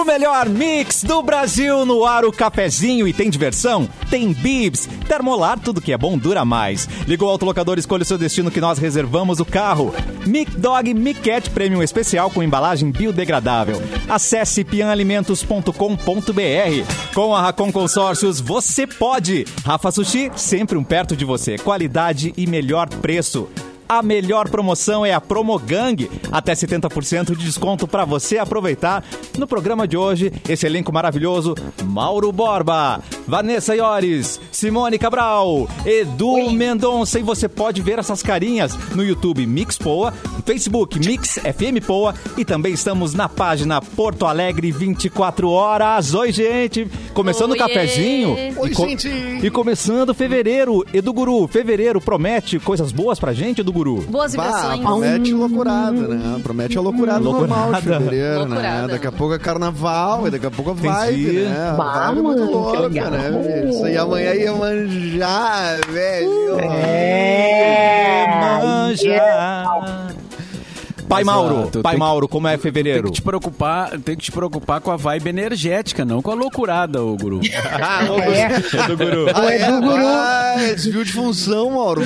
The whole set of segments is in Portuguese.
melhor mix do Brasil no ar, o cafezinho. E tem diversão? Tem Bibs. Termolar, tudo que é bom dura mais. Liga o autolocador, escolha o seu destino que nós reservamos o carro. Mic Dog Mic Cat Premium Especial com embalagem biodegradável. Acesse pianalimentos.com.br. Com a Racon Consórcios, você pode. Rafa Sushi, sempre um perto de você. Qualidade e melhor preço. A melhor promoção é a Promogang. Até 70% de desconto para você aproveitar. No programa de hoje, esse elenco maravilhoso: Mauro Borba, Vanessa Iores, Simone Cabral, Edu Mendonça. E você pode ver essas carinhas no YouTube Mix Poa, no Facebook Mix FM Poa. E também estamos na página Porto Alegre 24 horas. Oi, gente! Começando o cafezinho. Oi, gente! E começando fevereiro. Edu Guru, fevereiro promete coisas boas pra gente, Edu Guru? Boas vibrações. Promete loucurada, né? Promete a loucurada normal de fevereiro, né? Daqui a pouco é carnaval, e daqui a pouco a vibe, né? A vibe é muito louca, né, velho? Isso aí amanhã ia manjar, velho. Manjar. Pai Mauro, como é fevereiro? Tem que te preocupar com a vibe energética, não com a loucurada, ô Guru. Do Guru. Desvio de função, Mauro.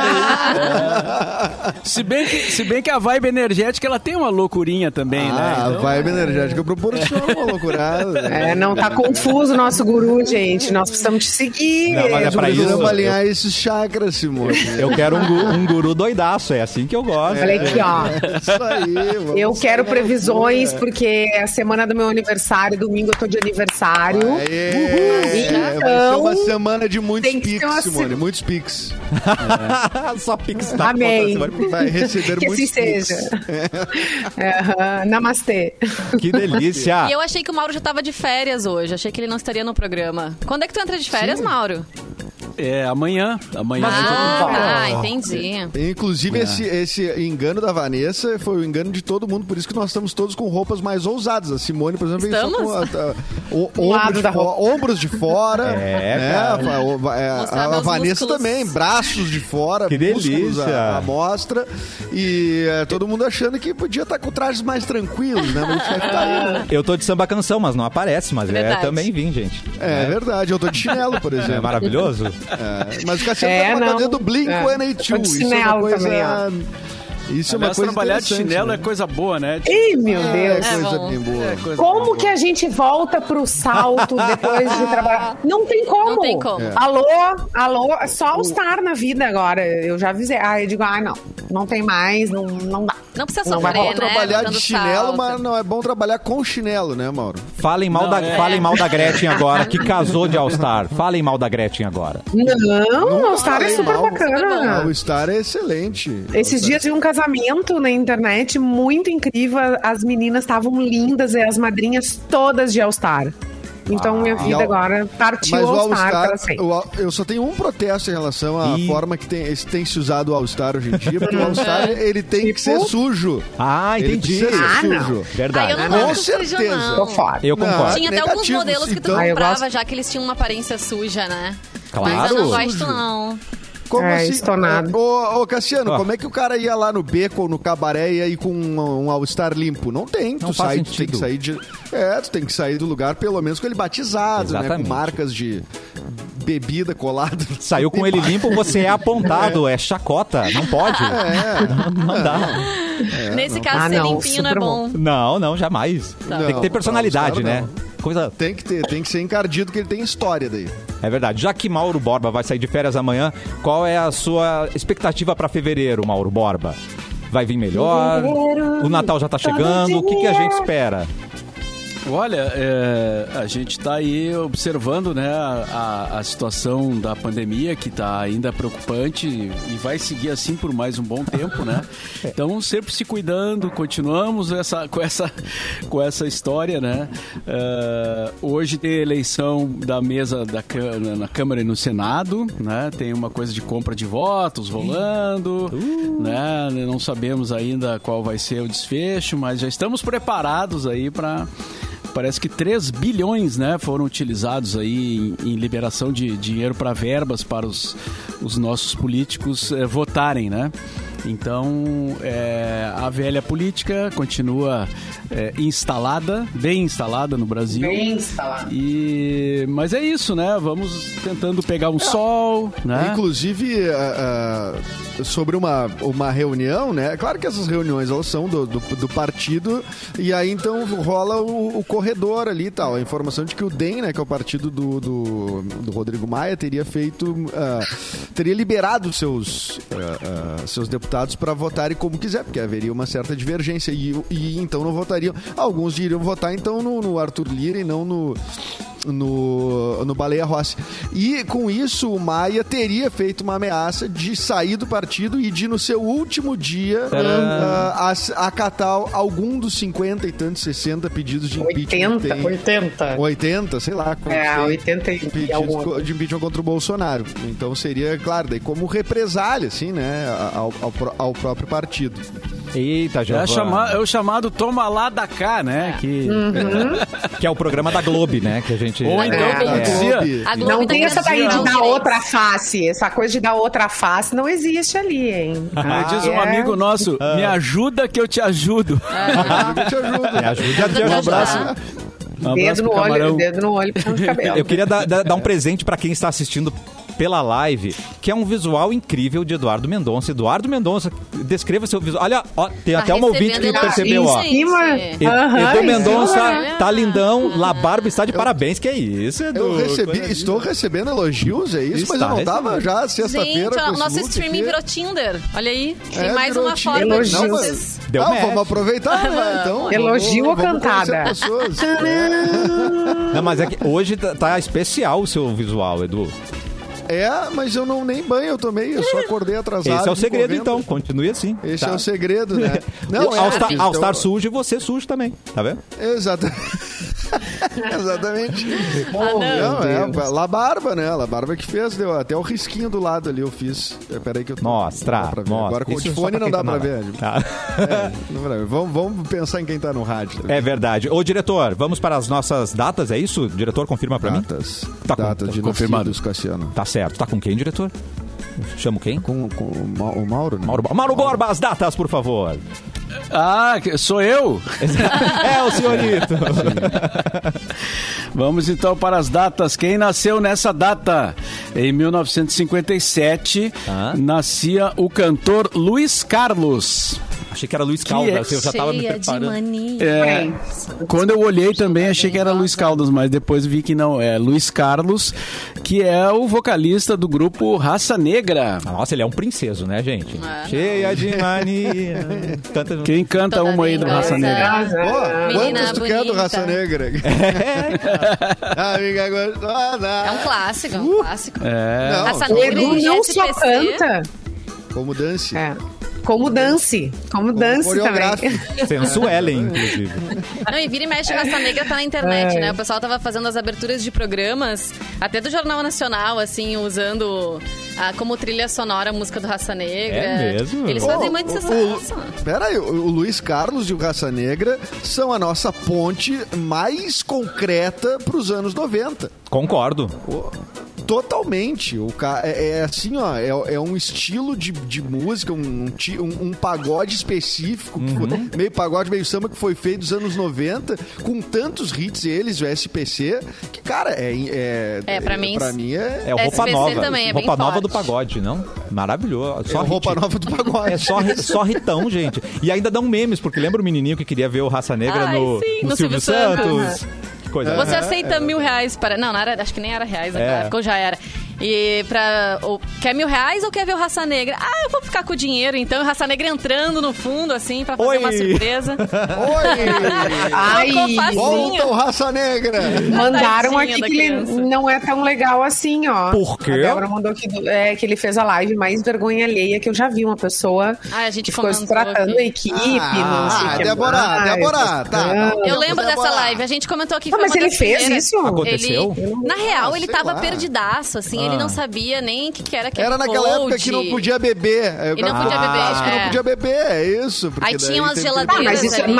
Se bem que a vibe energética, ela tem uma loucurinha também, né? Então, a vibe energética proporciona uma loucurada. Não tá confuso o nosso Guru, gente. Nós precisamos te seguir. Não, mas é pra isso. Vamos alinhar esses chakras, Simone. Eu quero um guru doidaço, é assim que eu gosto. Olha aqui, ó. Aí, eu quero previsões, porque é a semana do meu aniversário, domingo eu tô de aniversário. Então, vai ser uma semana de muitos pics, Simone, muitos pics. Só pics. Amém. Vai receber que muitos assim pics. seja. Namastê. Que delícia. E eu achei que o Mauro já tava de férias hoje, achei que ele não estaria no programa. Quando é que tu entra de férias, Mauro? Amanhã. Entendi. Inclusive, esse engano da Vanessa foi o engano de todo mundo, por isso que nós estamos todos com roupas mais ousadas. A Simone, por exemplo, veio só com ombros de fora. A Vanessa músculos. também, braços de fora, que delícia. À mostra. E todo mundo achando que podia estar com trajes mais tranquilos, né? Mas vai ficar aí, né? Eu tô de samba canção, mas não aparece, mas também vim, gente. É verdade, eu tô de chinelo, por exemplo. É maravilhoso. Mas o Cassiano tá com a cadeira do Blink-182. Isso é uma coisa... Isso é uma coisa trabalhar de chinelo, né? É coisa boa, né? Ih, meu Deus. É coisa bem boa. Como que a gente volta pro salto depois de trabalhar? Não tem como. Não tem como. Alô, só All Star na vida agora. Eu já avisei. Eu digo, não tem mais, não dá. Não precisa Não vai sofrer, bom trabalhar de chinelo, mas não é bom trabalhar com chinelo, né, Mauro? Falem mal da Gretchen agora, que casou de All Star. Falem mal da Gretchen agora. Não, o All Star é super bacana. O All Star é excelente. Esses dias vi um casamento na internet muito incrível. As meninas estavam lindas e as madrinhas todas de All Star. Então, minha vida agora partiu Mas o All Star para sempre. Eu só tenho um protesto em relação à forma que tem se usado o All Star hoje em dia, porque o All Star, ele tem que ser sujo. Entendi. Ele precisa ser sujo. Verdade. Eu não Com gosto certeza. sujo, não. Tô fora. Eu concordo. Tinha até alguns modelos que tu então. comprava, já que eles tinham uma aparência suja, né? Claro. Mas eu não gosto, não. Como assim? Estonado. Ô, Cassiano, como é que o cara ia lá no beco ou no cabaré e ia ir com um All-Star limpo? Não tem. Não faz Tu tem que sair tu tem que sair do lugar pelo menos com ele batizado, né? Com marcas de bebida colada. Saiu com ele limpo, você é apontado, é chacota, não pode. Não dá. Nesse caso, ser limpinho não é bom. Não, jamais. Tem que ter personalidade, né? Tem que ser encardido, que ele tem história daí. É verdade. Já que Mauro Borba vai sair de férias amanhã, qual é a sua expectativa para fevereiro, Mauro Borba? Vai vir melhor? O Natal já tá chegando? O que a gente espera? Olha, a gente está aí observando, né, a situação da pandemia, que está ainda preocupante e vai seguir assim por mais um bom tempo, né? Então, sempre se cuidando, continuamos com essa história, né? Hoje tem eleição da mesa na Câmara e no Senado, né? Tem uma coisa de compra de votos rolando, né? Não sabemos ainda qual vai ser o desfecho, mas já estamos preparados aí para... Parece que 3 bilhões, né, foram utilizados aí em liberação de dinheiro para verbas para os nossos políticos votarem, né? Então, a velha política continua bem instalada no Brasil. Bem instalada. Mas é isso, né? Vamos tentando pegar um sol, né? Inclusive, sobre uma reunião, né? Claro que essas reuniões, elas são do partido, e aí então rola o corredor ali e tal. A informação de que o DEM, né, que é o partido do Rodrigo Maia, teria liberado seus deputados para votarem como quiser, porque haveria uma certa divergência, e então não votariam. Alguns iriam votar então no Arthur Lira e não no Baleia Rossi. E com isso o Maia teria feito uma ameaça de sair do partido e de no seu último dia acatar algum dos 50 e tantos, 60 pedidos de impeachment. 80, sei lá. 80 e algum. De impeachment contra o Bolsonaro. Então seria, claro, daí como represália, assim, né, ao próprio partido. Eita, Giovana. É o chamado Toma Lá da Cá, né? Que é o programa da Globo, né? Que a gente... Ou então, como dizia... Não tem essa daí de dar outra face. Essa coisa de dar outra face não existe ali, hein? Diz um amigo nosso, me ajuda que eu te ajudo. Me ajuda que eu te abraço. Dedo no olho, puxão de cabelo. Eu queria dar um presente pra quem está assistindo pela live, que é um visual incrível de Eduardo Mendonça. Eduardo Mendonça, descreva seu visual. Olha, ó, tem até uma ouvinte que percebeu, ó. Edu Mendonça tá lindão, La Barba está de parabéns. Que é isso, Edu? Estou recebendo elogios, é isso? Mas eu não tava já sexta-feira. Gente, o nosso streaming virou Tinder. Olha aí, tem mais uma forma elogios. de vocês... Vamos aproveitar, né? Então, elogio ou cantada? Não, mas é que hoje tá especial o seu visual, Edu. Mas eu nem banho eu tomei, eu só acordei atrasado. Esse é o segredo, então. Continue assim. Esse é o segredo, né? Não, ao estar sujo, você sujo também. Tá vendo? Exatamente. La Barba, né? La Barba que fez, deu até o risquinho do lado ali, eu fiz. Peraí que eu tô... Mostra. Agora com o fone não dá pra ver. Vamos pensar em quem tá no rádio. É verdade. Ô, diretor, vamos para as nossas datas, é isso? O diretor confirma pra mim? Datas de confirmados, Cassiano. Tá certo. Tá com quem, diretor? Chamo quem? Com o Mauro, né? Mauro Borba, as datas, por favor. Sou eu? É o senhorito. Vamos então para as datas. Quem nasceu nessa data? Em 1957, nascia o cantor Luiz Carlos. Achei que era Luiz Caldas, eu já tava me preparando. Quando eu olhei também achei que era Luiz Caldas, mas depois vi que não, é Luiz Carlos, que é o vocalista do grupo Raça Negra. Nossa, ele é um princeso, né, gente? Cheia de mania. Quem canta uma aí do Raça Negra? Quantos tu quer do Raça Negra? Amiga gostosa. É um clássico, Raça Negra e não só canta. Como dance. Como dance também. Sensuelen, inclusive. Não, e vira e mexe, Raça Negra tá na internet, né? O pessoal tava fazendo as aberturas de programas, até do Jornal Nacional, assim, usando como trilha sonora a música do Raça Negra. É mesmo? Eles fazem muito sucesso. Pera aí, o Luiz Carlos e o Raça Negra são a nossa ponte mais concreta pros anos 90. Concordo. Totalmente. É assim, ó, é um estilo de música, um pagode específico, meio pagode, meio samba, que foi feito nos anos 90, com tantos hits, eles, o SPC, que, cara, pra mim é roupa SPC nova. Também é roupa bem nova forte. Do pagode, não? Maravilhoso. Só roupa nova do pagode. É só hitão, gente. E ainda dão memes, porque lembra o menininho que queria ver o Raça Negra no Silvio Santos? Coisa. Você aceita R$1.000 para... Não, acho que nem era reais naquela época, ou já era. E quer R$1.000 ou quer ver o Raça Negra? Eu vou ficar com o dinheiro, então. O Raça Negra entrando no fundo, assim, pra fazer uma surpresa. Volta o Raça Negra! Mandaram aqui que ele não é tão legal assim, ó. Por quê? A Débora mandou que ele fez a live mais vergonha alheia que eu já vi. Uma pessoa a gente ficou tratando a equipe, não sei o que. Débora, tá. Eu lembro dessa live, a gente comentou aqui. Mas ele fez isso? Aconteceu? Na real, ele tava perdidaço, assim. Ele não sabia nem o que era aquele Era naquela época que não podia beber. E não podia beber, acho que não podia beber, é isso. Aí tinha umas geladeiras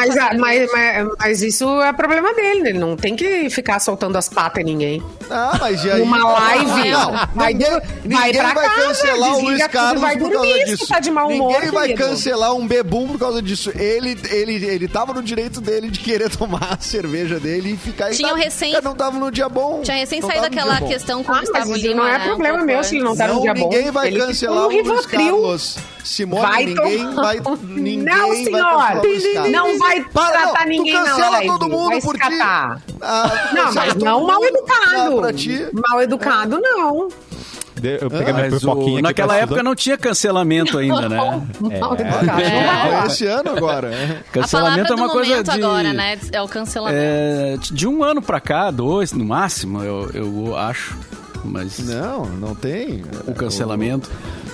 mas isso é problema dele, ele não tem que ficar soltando as patas em ninguém. Ah, mas e aí? Uma live, ninguém vai cancelar o Luiz Carlos por causa disso. Tá de mau humor, ninguém vai cancelar um bebum por causa disso. Ele tava no direito dele de querer tomar a cerveja dele e ficar... Não tava no dia bom. Tinha recém saído aquela questão com o Gustavo Lima. Não é problema meu se ele não tá no dia bom. Ninguém vai cancelar o Luiz Carlos. Simone, ninguém vai... Não, senhor! Não vai tratar ninguém na live. Cancela todo mundo por ti. Não, mas não mal educado. Mal educado, não. Eu peguei minha pipoquinha aqui. Naquela época não tinha cancelamento ainda, né? É esse ano agora. Cancelamento é uma coisa de... agora, né? É o cancelamento. De um ano pra cá, 2 no máximo, eu acho. Mas não tem. O cancelamento.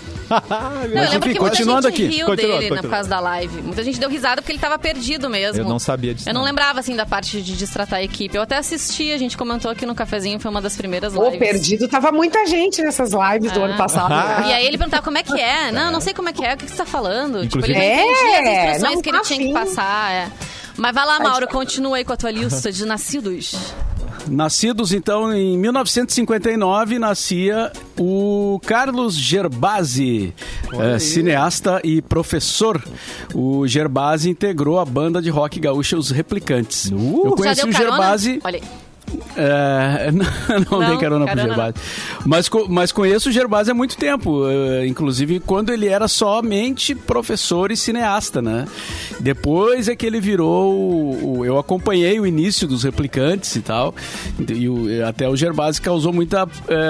Mas enfim, continuando aqui. Riu dele por causa da live. Muita gente deu risada porque ele tava perdido mesmo. Eu não sabia disso. Eu não lembrava, assim, da parte de destratar a equipe. Eu até assisti, a gente comentou aqui no cafezinho, foi uma das primeiras lives. Perdido, tava muita gente nessas lives do ano passado. E aí ele perguntava como é que é. Não sei como é que é, o que você tá falando? Inclusive, tipo, ele não entendia as instruções que ele tinha que passar. Mas vai lá, Mauro, continua aí com a tua lista de nascidos. Nascidos, então, em 1959, nascia o Carlos Gerbasi, cineasta e professor. O Gerbasi integrou a banda de rock gaúcha Os Replicantes. Eu conheci o Gerbasi... Olha aí. Não dei carona pro Gerbasi. Mas conheço o Gerbasi há muito tempo. Inclusive quando ele era somente professor e cineasta, né? Depois é que ele virou... Eu acompanhei o início dos Replicantes e tal. E até o Gerbasi causou muita...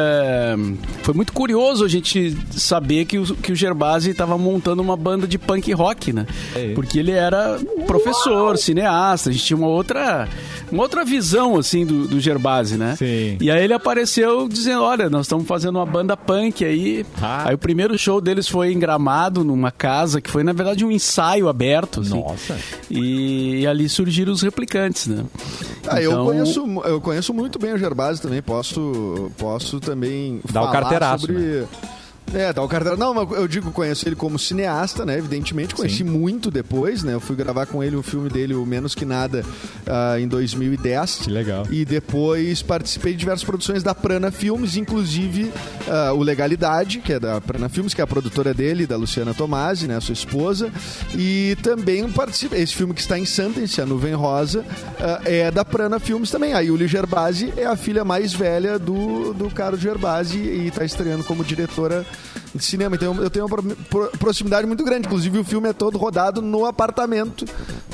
Foi muito curioso a gente saber que o Gerbasi estava montando uma banda de punk rock, né? Porque ele era professor, cineasta. A gente tinha uma outra visão, assim, do Gerbasi, né? Sim. E aí ele apareceu dizendo, olha, nós estamos fazendo uma banda punk aí. Aí o primeiro show deles foi em Gramado, numa casa, que foi, na verdade, um ensaio aberto. Assim. Nossa. E ali surgiram os Replicantes, né? Então... Eu conheço muito bem o Gerbasi também. Posso também dar o carteiraço, sobre... né? Dá o carteira. Não, mas eu digo, conheço ele como cineasta, né? Evidentemente, conheci muito depois, né? Eu fui gravar com ele o filme dele, o Menos Que Nada, em 2010. Que legal. E depois participei de diversas produções da Prana Filmes, inclusive o Legalidade, que é da Prana Filmes, que é a produtora dele, da Luciana Tomasi, né? Sua esposa. E também participei. Esse filme que está em Sundance, A Nuvem Rosa, é da Prana Filmes também. A Yulia Gerbasi é a filha mais velha do Carlos Gerbasi e está estreando como diretora de cinema. Então eu tenho uma proximidade muito grande. Inclusive o filme é todo rodado no apartamento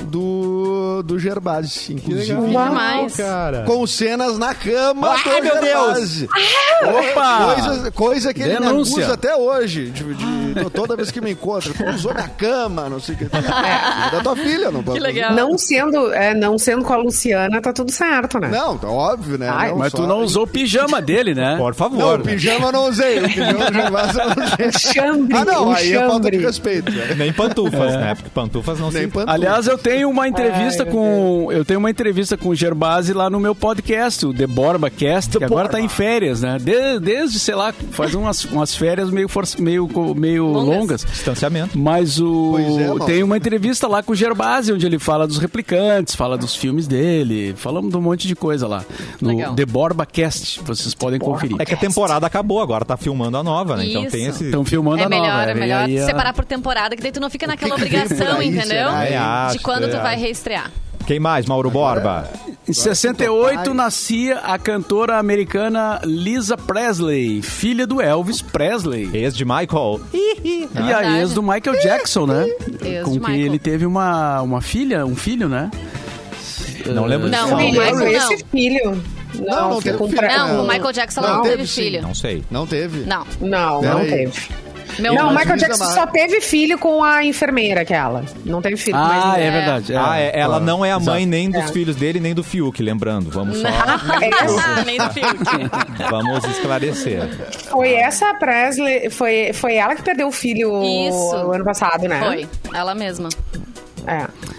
do Gerbasi. Inclusive cara. Com cenas na cama do meu Gerbasi. Opa! Coisa que ele me Denúncia. acusa até hoje. Toda vez que me encontra. Usou minha cama, não sei o que. Da tua filha, não pode. Que legal. Não sendo com a Luciana, tá tudo certo, né? Não, tá óbvio, né? Ai, Mas tu não usou o pijama dele, né? Por favor. Não, o pijama eu não usei. O pijama do Gerbasi eu não usei. Chambre, Aí é falta de respeito. Né? Nem pantufas, né? Porque pantufas não Nem se... pantufas. Aliás, eu tenho uma entrevista com o Gerbasi lá no meu podcast, o The Borba Cast, que agora tá em férias, né? Desde, sei lá, faz umas férias meio longas. Distanciamento. Mas tem uma entrevista lá com o Gerbasi, onde ele fala dos Replicantes, fala dos filmes dele, falamos de um monte de coisa lá. No Legal. The Borba Cast, vocês podem conferir. É que a temporada acabou, agora tá filmando a nova, né? Então Isso. tem esse... Estão filmando a nova. É melhor aí, separar por temporada, que daí tu não fica naquela obrigação, aí, entendeu? será? De quando tu vai reestrear. Quem mais, Mauro Borba? Em 68 nascia a cantora americana Lisa Presley, filha do Elvis Presley. Ex de Michael. E a ex do Michael Jackson, né? Ex Com de quem Michael. ele teve um filho, né? Não lembro Não, disso. o Michael não. Esse filho. Não teve filho. Não, o Michael Jackson não teve sim. filho. Não sei. Não teve? Não. Não Peraí. teve. Meu Não, o Mas Michael Lisa Jackson Mar- só teve filho com a enfermeira, aquela. Não teve filho com mais Ah, ninguém. é verdade. Ela não é a mãe nem dos É. filhos dele, nem do Fiuk, lembrando. Vamos só... Nem do filme. Vamos esclarecer. Foi essa Presley, foi ela que perdeu o filho Isso. o ano passado, né? Foi, ela mesma. É.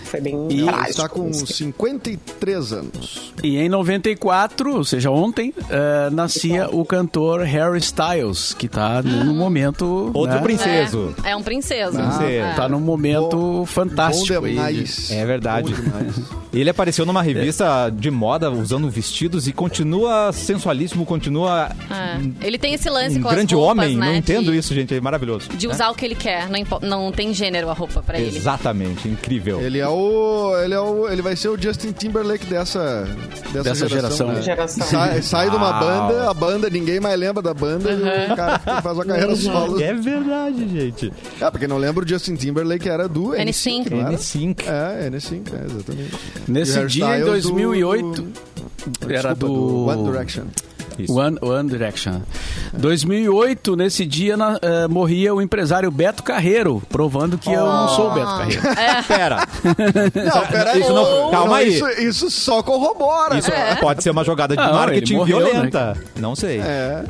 Foi bem trágico. Está com 53 anos. E em 94, ou seja, ontem, nascia o cantor Harry Styles, que tá no momento... Outro princeso. É um princeso. Tá num momento fantástico. Bom demais. É verdade. Ele apareceu numa revista de moda usando vestidos e continua sensualíssimo, continua... Ele tem esse lance com grande as roupas, homem, né, não entendo isso, gente, é maravilhoso. De usar o que ele quer, não tem gênero a roupa pra ele. Exatamente, incrível. Ele vai ser o Justin Timberlake dessa geração. Né? Sai de uma banda, a banda, ninguém mais lembra da banda, e o cara faz uma carreira solo. É verdade, gente. Porque não lembro, o Justin Timberlake era do NSYNC. NSYNC. NSYNC, exatamente. Nesse dia, em 2008, era do... One Direction. One Direction. 2008, nesse dia, morria o empresário Beto Carreiro, provando que eu não sou o Beto Carreiro. Pera. Pera aí. Calma aí. Isso só corrobora. Isso pode ser uma jogada de marketing morreu, violenta. Né? Não sei.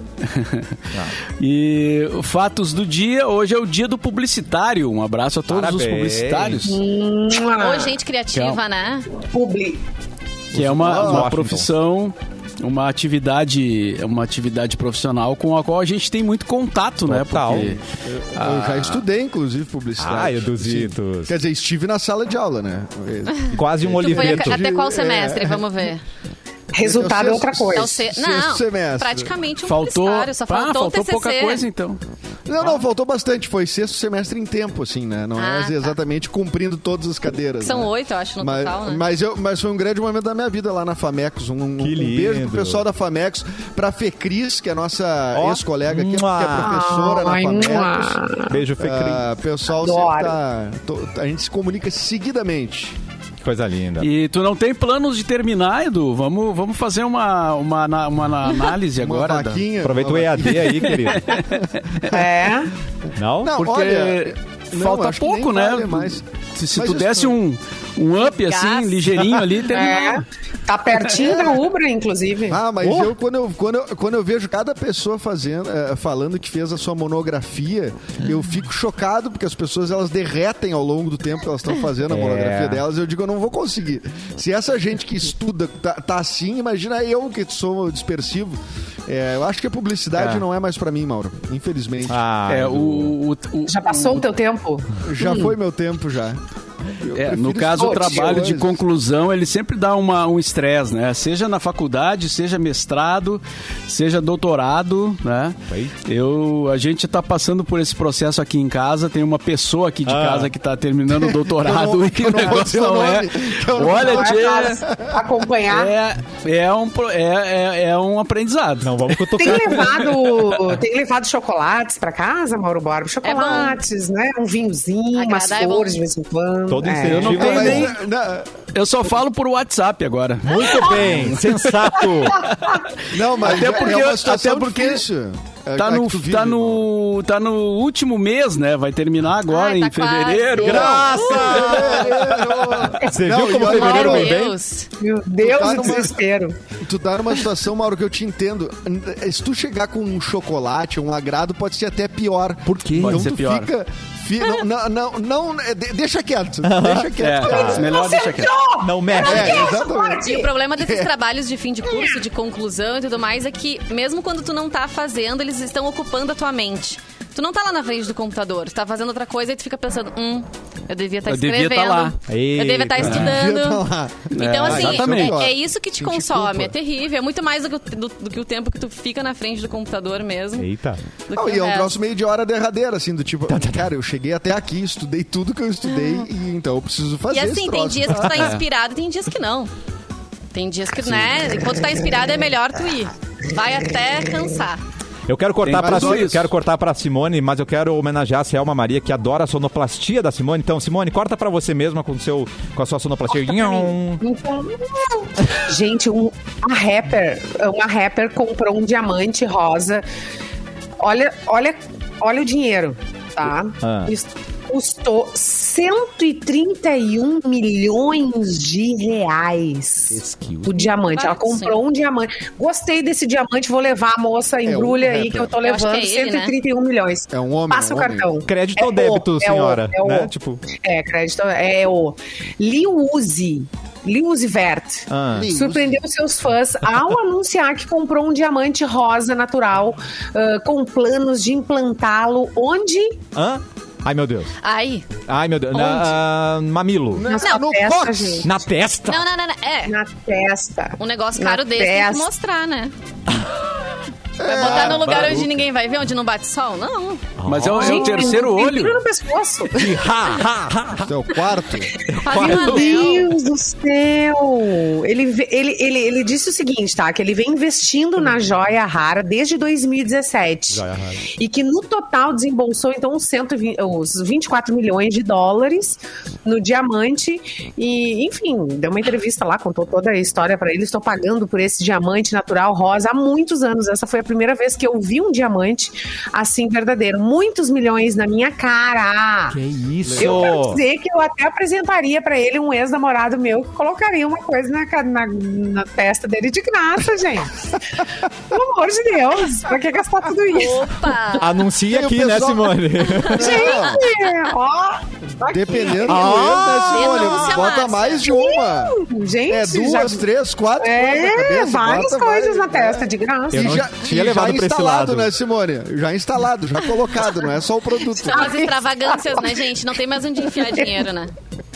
E fatos do dia, hoje é o dia do publicitário. Um abraço a todos os publicitários. Gente criativa, né? Que é uma profissão... Uma atividade profissional com a qual a gente tem muito contato, né? Porque eu já estudei, inclusive, publicidade. Eu duvido. Quer dizer, estive na sala de aula, né? Quase um Oliveto. Até qual semestre? Vamos ver. Resultado é outra coisa. Não, semestre. Praticamente um publicitário. Só faltou o TCC. Pouca coisa, então. Não, faltou bastante. Foi sexto semestre em tempo, assim, né? Não é exatamente cumprindo todas as cadeiras. São né? 8, eu acho, no total, né? Mas foi um grande momento da minha vida lá na Famecos. Um beijo pro pessoal da Famecos, pra Fecris, que é a nossa ex-colega aqui, que é professora na Famecos. Beijo, Fecris. Pessoal sempre a gente se comunica seguidamente. Coisa linda. E tu não tem planos de terminar, Edu? Vamos fazer uma análise agora. Aproveita o EAD aí, querido. Não? Porque olha, falta pouco, né? Vale, se tu desse um up assim, ligeirinho ali, terminar. Tá pertinho da Ubra, inclusive. Mas quando eu vejo cada pessoa falando que fez a sua monografia, eu fico chocado, porque as pessoas elas derretem ao longo do tempo que elas estão fazendo a monografia delas. Eu digo, eu não vou conseguir. Se essa gente que estuda tá assim, imagina eu que sou dispersivo. Eu acho que a publicidade não é mais pra mim, Mauro. Infelizmente. Já passou o teu tempo? Já foi meu tempo, já. No caso, o trabalho de conclusão, ele sempre dá um estresse, né? Seja na faculdade, seja mestrado, seja doutorado, né? A gente tá passando por esse processo aqui em casa, tem uma pessoa aqui de casa que tá terminando o doutorado e o negócio não é... Olha, tia... Acompanhar. É um aprendizado. Não, vamos cutucar. Tem levado chocolates pra casa, Mauro Borba? Chocolates, né? Um vinhozinho, umas flores de vez em quando. Todo eu não tenho nem... Eu só falo por WhatsApp agora. Muito bem, sensato. Não, mas até porque tá no último mês, né? Vai terminar agora em fevereiro. Graças! Você viu como fevereiro vem bem? Meu Deus, o desespero. Tu tá numa situação, Mauro, que eu te entendo. Se tu chegar com um chocolate, um agrado, pode ser até pior. Por quê? Então Pode ser pior. Não, deixa quieto. Deixa quieto. Melhor deixa quieto. Não mexe. Exatamente. E o problema desses trabalhos de fim de curso, de conclusão e tudo mais, é que mesmo quando tu não tá fazendo, eles estão ocupando a tua mente. Tu não tá lá na frente do computador, tu tá fazendo outra coisa e tu fica pensando, eu devia estar escrevendo. Eu devia estar estudando. Então, assim, é isso que te consome. É terrível. É muito mais do que o tempo que tu fica na frente do computador mesmo. Eita. E é um troço meio de hora derradeira, assim, do tipo, cara, eu cheguei até aqui, estudei tudo que eu estudei, e então eu preciso fazer. E assim, tem dias que tu tá inspirado e tem dias que não. Tem dias que, né? Enquanto tu tá inspirado, é melhor tu ir. Vai até cansar. Eu quero cortar pra Simone, mas eu quero homenagear a Selma Maria, que adora a sonoplastia da Simone. Então, Simone, corta pra você mesma com a sua sonoplastia. Gente, uma rapper comprou um diamante rosa. Olha o dinheiro, tá? Custou 131 milhões de reais. O diamante. Ela comprou um diamante. Gostei desse diamante, vou levar a moça, embrulha aí que eu tô levando. Eu acho que é ele, 131 milhões. É um homem. Passa o cartão. Crédito ou débito, senhora? Né? Tipo... crédito. É o Lil Uzi Vert surpreendeu seus fãs ao anunciar que comprou um diamante rosa natural com planos de implantá-lo onde? Ai, meu Deus. Ai, meu Deus. Mamilo. Na testa, gente. Na testa? Não. Na testa. Um negócio caro desse tem que mostrar, né? Vai botar no lugar onde ninguém vai ver, onde não bate sol? Não. Mas é o terceiro olho. No pescoço. É o quarto. Meu Deus do céu. Ele disse o seguinte, tá? Que ele vem investindo na joia rara desde 2017. Joia rara. E que no total desembolsou, então, os 24 milhões de dólares no diamante. E, enfim, deu uma entrevista lá, contou toda a história pra ele. Estou pagando por esse diamante natural rosa há muitos anos. Essa foi a primeira vez que eu vi um diamante assim verdadeiro. Muitos milhões na minha cara. Que isso? Eu quero dizer que eu até apresentaria pra ele um ex-namorado meu que colocaria uma coisa na testa dele de graça, gente. Pelo amor de Deus. Pra que gastar tudo isso? Opa! Anuncia aqui, né, Simone? Gente, ó. Dependendo do Simone, bota mais de uma. Gente, 2, 3, 4. várias coisas na testa de graça. Eu não tinha levado pra esse lado, né, Simone? Já instalado, já colocado, não é só o produto. São as extravagâncias, né, gente? Não tem mais onde enfiar dinheiro, né?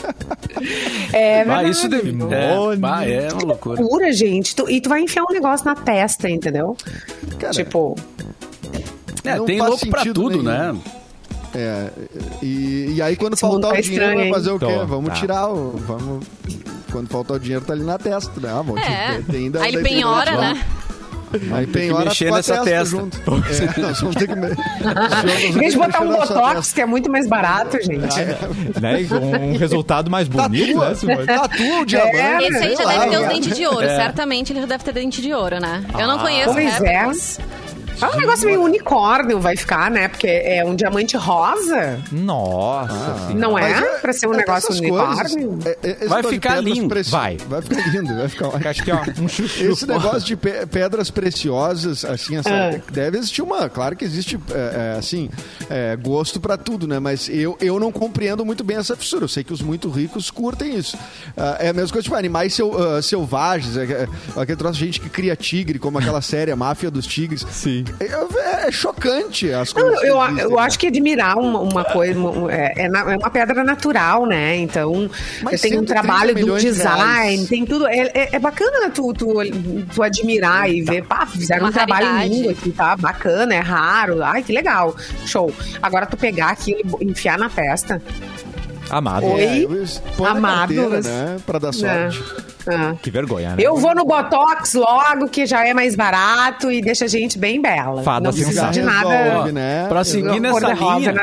É verdade. Isso é uma loucura. Loucura, gente. E tu vai enfiar um negócio na testa, entendeu? Cara, tipo... tem louco pra tudo, nenhum. né? E aí quando faltar o dinheiro, vai fazer o quê? Vamos tirar o... Quando faltar o dinheiro, tá ali na testa, né? Aí ele penhora, né? Aí penhora mexer nessa testa junto. Nós vamos ter que em vez de botar um botox, que é muito mais barato, gente. Né? Um resultado mais bonito, né, Simone? Tatua o diamante. Esse aí já deve ter os dentes de ouro. Certamente ele já deve ter dente de ouro, né? Eu não conheço. Pois é um negócio meio unicórnio vai ficar, né? Porque é um diamante rosa. Nossa. Não é? Pra ser um negócio unicórnio? Vai ficar lindo. Vai ficar lindo. Vai ficar... Acho que, Esse negócio de pedras preciosas, assim, deve existir claro que existe, gosto pra tudo, né? Mas eu não compreendo muito bem essa fissura. Eu sei que os muito ricos curtem isso. É a mesma coisa, tipo, animais selvagens, aquele troço de gente que cria tigre, como aquela série A Máfia dos Tigres. Sim. É chocante as coisas. Eu acho que admirar uma coisa é uma pedra natural, né? Então, tem um trabalho do design, tem tudo. É bacana tu admirar e ver, fizeram um trabalho lindo aqui, tá? Bacana, é raro. Ai, que legal. Show. Agora tu pegar aquilo e enfiar na testa. Amado. Oi? Amado. Né? Pra dar sorte. Que vergonha, né? Eu vou no Botox logo, que já é mais barato e deixa a gente bem bela. Fada não precisa de nada. Né? Pra seguir nessa linha...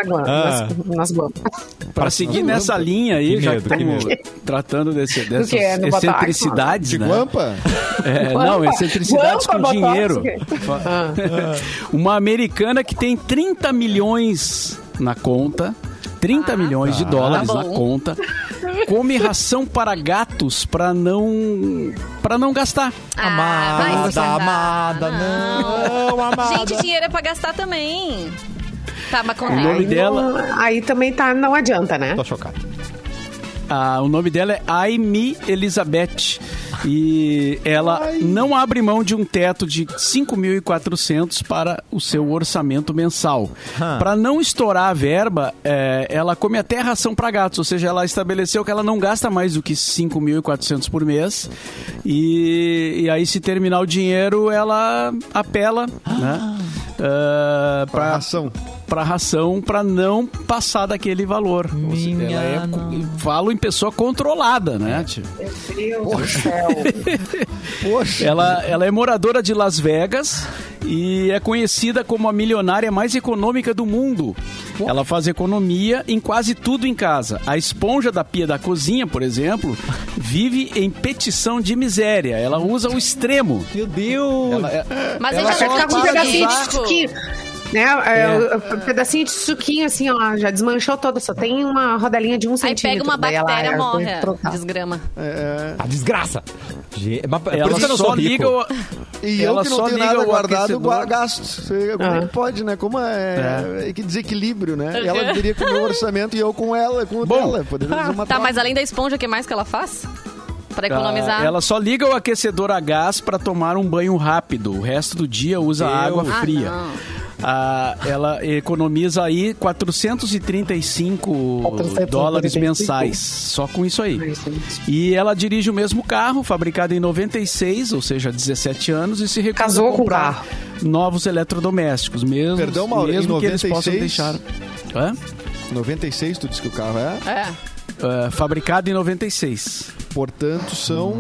Pra seguir nessa linha aí, já que estamos tratando dessas excentricidades, né? De guampa? Não, excentricidades com dinheiro. Uma americana que tem 30 milhões na conta... 30 milhões de dólares na conta, come ração para gatos para não gastar. Amada, amada. Gente, dinheiro é para gastar também. Tá, mas o nome dela... Aí também não adianta, né? Tô chocado. O nome dela é Amy Elizabeth. E ela não abre mão de um teto de 5.400 para o seu orçamento mensal. Para não estourar a verba, ela come até ração para gatos. Ou seja, ela estabeleceu que ela não gasta mais do que 5.400 por mês. E aí, se terminar o dinheiro, ela apela, né? Para ração. Para ração, para não passar daquele valor. Falo em pessoa controlada, né? Meu Deus do céu. Poxa. Ela é moradora de Las Vegas e é conhecida como a milionária mais econômica do mundo. Ela faz economia em quase tudo em casa. A esponja da pia da cozinha, por exemplo, vive em petição de miséria. Ela usa o extremo. Meu Deus! Mas ela já fica com um pedacinho de né? Um pedacinho de suquinho, assim, ó, já desmanchou todo, só tem uma rodelinha de 1 centímetro. Aí pega uma bactéria, morre, desgrama. A desgraça. Ela só liga o... E eu que não tenho nada guardado, gasto. Como é que pode, né? Como é que desequilíbrio, né? Ela deveria com o meu orçamento e eu com ela, com o dela. Tá, mas além da esponja, o que mais que ela faz? Pra economizar. Ela só liga o aquecedor a gás pra tomar um banho rápido. O resto do dia usa água fria. Ela economiza aí $435 mensais, só com isso aí. E ela dirige o mesmo carro, fabricado em 96, ou seja, 17 anos, e se recusa a comprar novos eletrodomésticos, mesmo, Perdão, Mauro, mesmo que 96, eles possam deixar. 96, tu disse que o carro fabricado em 96. Portanto, são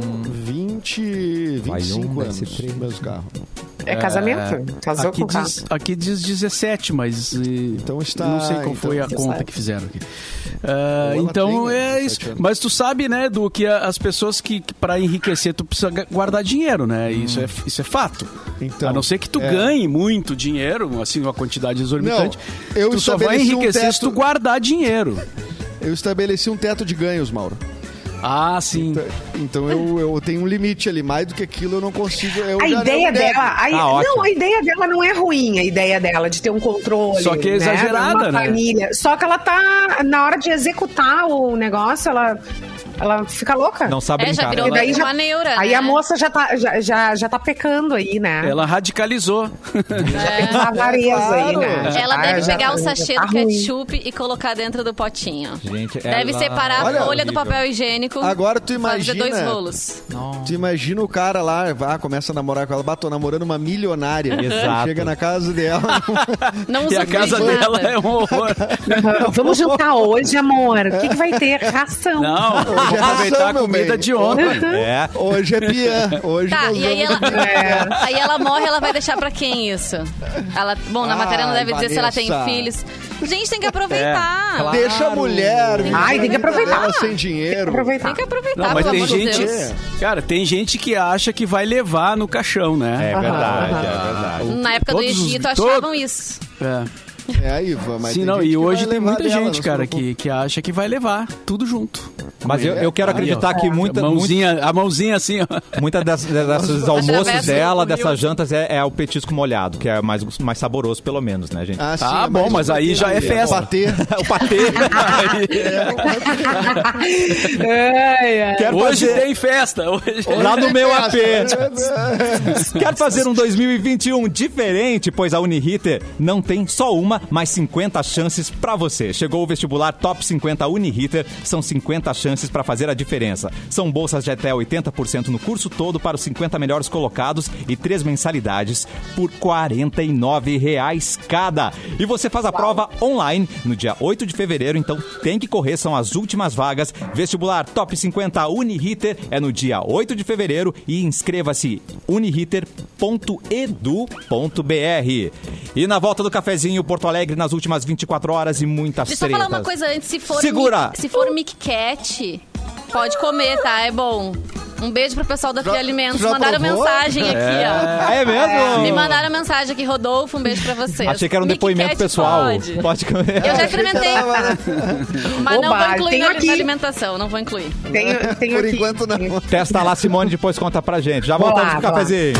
25 anos o mesmo carro. É casamento? Casou com o carro. Aqui diz 17, mas então está, não sei qual foi a conta que fizeram aqui. Então é isso. Mas tu sabe, né, do que as pessoas que para enriquecer tu precisa guardar dinheiro, né? Isso é fato. Então, a não ser que tu ganhe muito dinheiro, assim, uma quantidade exorbitante, tu só vai enriquecer se tu guardar dinheiro. Eu estabeleci um teto de ganhos, Mauro. Ah, sim. Então eu tenho um limite ali. Mais do que aquilo eu não consigo. A ideia dela não é ruim, a ideia dela de ter um controle. Só que é exagerada, uma família. Só que ela tá, na hora de executar o negócio, ela fica louca. Não sabe brincar. Já virou uma neura, aí né? a moça já tá pecando aí, né? Ela radicalizou. Já tem uma avareza aí, né? Ela deve pegar o sachê do ketchup e colocar dentro do potinho. Gente, deve separar a folha do papel higiênico. Agora tu imagina... Fazer 2 rolos. Tu imagina o cara lá, começa a namorar com ela, tô namorando uma milionária. Exato. Chega na casa dela... Não e a casa dela é um horror. Vamos juntar hoje, amor. O que vai ter? Ração. Não, vou aproveitar a comida de ontem. Hoje é piã. Hoje e aí ela morre, ela vai deixar pra quem isso? Na matéria não deve dizer se ela tem filhos. Gente, tem que aproveitar. Claro. Deixa a mulher. Tem que aproveitar. Ela sem dinheiro. Tem que aproveitar. Não, mas tem gente, Deus. cara, tem gente que acha que vai levar no caixão, né? É verdade. Na época do Egito achavam isso. Mas sim, não, e hoje tem muita gente, cara, que acha que vai levar tudo junto. Mas eu quero acreditar que a mãozinha assim, ó. Muitas desses almoços dela, dessas jantas, é o petisco molhado, que é mais saboroso, pelo menos, né, gente? Sim, bom, mas aí já é festa. O patê. Hoje tem festa. Lá no meu AP. Quer fazer um 2021 diferente? Pois a Uniriter não tem só uma, mas 50 chances pra você. Chegou o vestibular Top 50 Uniriter. São 50 chances para fazer a diferença. São bolsas de até 80% no curso todo para os 50 melhores colocados e 3 mensalidades por R$ 49,00 cada. E você faz a prova online no dia 8 de fevereiro, então tem que correr, são as últimas vagas. Vestibular Top 50 Uniriter é no dia 8 de fevereiro e inscreva-se uniriter.edu.br. E na volta do cafezinho, Porto Alegre nas últimas 24 horas e muitas tretas. Deixa eu falar uma coisa antes, se for Mic Cat, pode comer, tá? É bom. Um beijo pro pessoal da Fia Alimentos. Mandaram mensagem aqui, ó. É mesmo? Me mandaram mensagem aqui, Rodolfo, um beijo pra vocês. Achei que era um depoimento pessoal. Pode comer. Eu já experimentei. Mas não vou incluir na alimentação, não vou incluir. Tenho Por aqui. enquanto não. Testa lá, Simone, depois conta pra gente. Já voltamos pro cafezinho.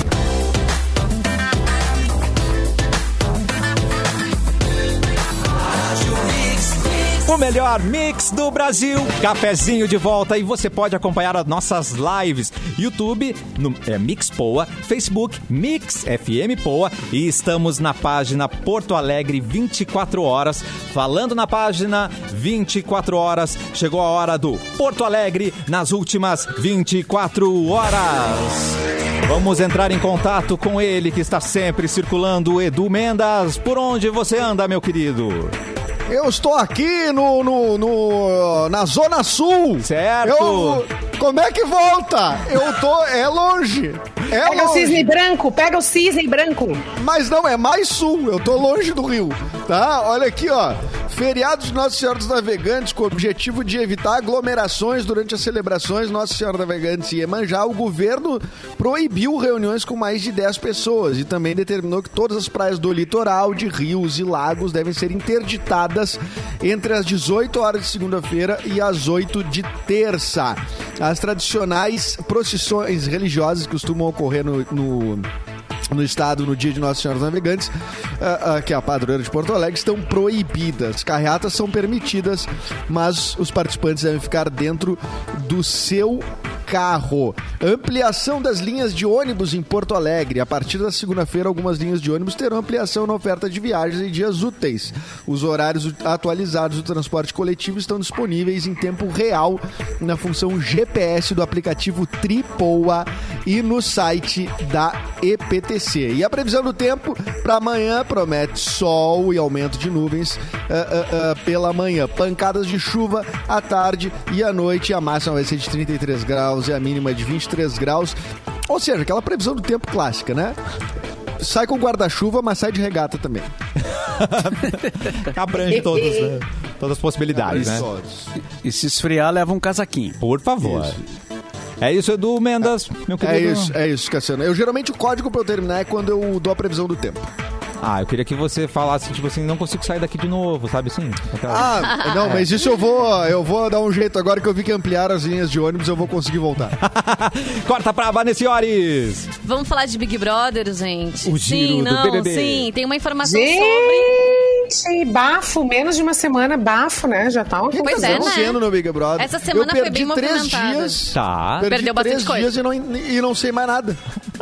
O melhor mix do Brasil. Cafezinho de volta e você pode acompanhar as nossas lives. YouTube, Mix Poa, Facebook, Mix FM Poa e estamos na página Porto Alegre 24 horas. Falando na página 24 horas, chegou a hora do Porto Alegre nas últimas 24 horas. Vamos entrar em contato com ele que está sempre circulando, Edu Mendas. Por onde você anda, meu querido? Eu estou aqui na Zona Sul. Certo. Como é que volta? É longe. Pega o cisne branco. Mas não, é mais sul. Eu tô longe do Rio, tá? Olha aqui, ó. Feriado de Nossa Senhora dos Navegantes, com o objetivo de evitar aglomerações durante as celebrações Nossa Senhora dos Navegantes e Iemanjá, o governo proibiu reuniões com mais de 10 pessoas e também determinou que todas as praias do litoral, de rios e lagos devem ser interditadas entre as 18 horas de segunda-feira e as 8 de terça. As tradicionais procissões religiosas que costumam ocorrer no estado, no dia de Nossa Senhora dos Navegantes, que é a padroeira de Porto Alegre, estão proibidas. Carreatas são permitidas, mas os participantes devem ficar dentro do seu carro. Ampliação das linhas de ônibus em Porto Alegre. A partir da segunda-feira, algumas linhas de ônibus terão ampliação na oferta de viagens em dias úteis. Os horários atualizados do transporte coletivo estão disponíveis em tempo real na função GPS do aplicativo Tripoa e no site da EPTC. E a previsão do tempo para amanhã promete sol e aumento de nuvens pela manhã. Pancadas de chuva à tarde e à noite. A máxima vai ser de 33 graus e a mínima de 23 graus. Ou seja, aquela previsão do tempo clássica, né? Sai com guarda-chuva, mas sai de regata também. Abrange todas as possibilidades, né? E se esfriar, leva um casaquinho. Por favor. É isso, Edu Mendes, meu querido. É isso, Cassiano. Eu geralmente o código pra eu terminar é quando eu dou a previsão do tempo. Eu queria que você falasse, tipo assim, não consigo sair daqui de novo, sabe assim? Não, mas isso eu vou dar um jeito. Agora que eu vi que ampliaram as linhas de ônibus, eu vou conseguir voltar. Corta pra Vanessiores! Vamos falar de Big Brother, gente? O giro do BBB. Sim, tem uma informação sobre... bafo, menos de uma semana, bafo, né? Já tá uma coisa. Pois é, né? No Big Brother. Essa semana foi bem movimentada. Perdeu bastante coisa. E não sei mais nada.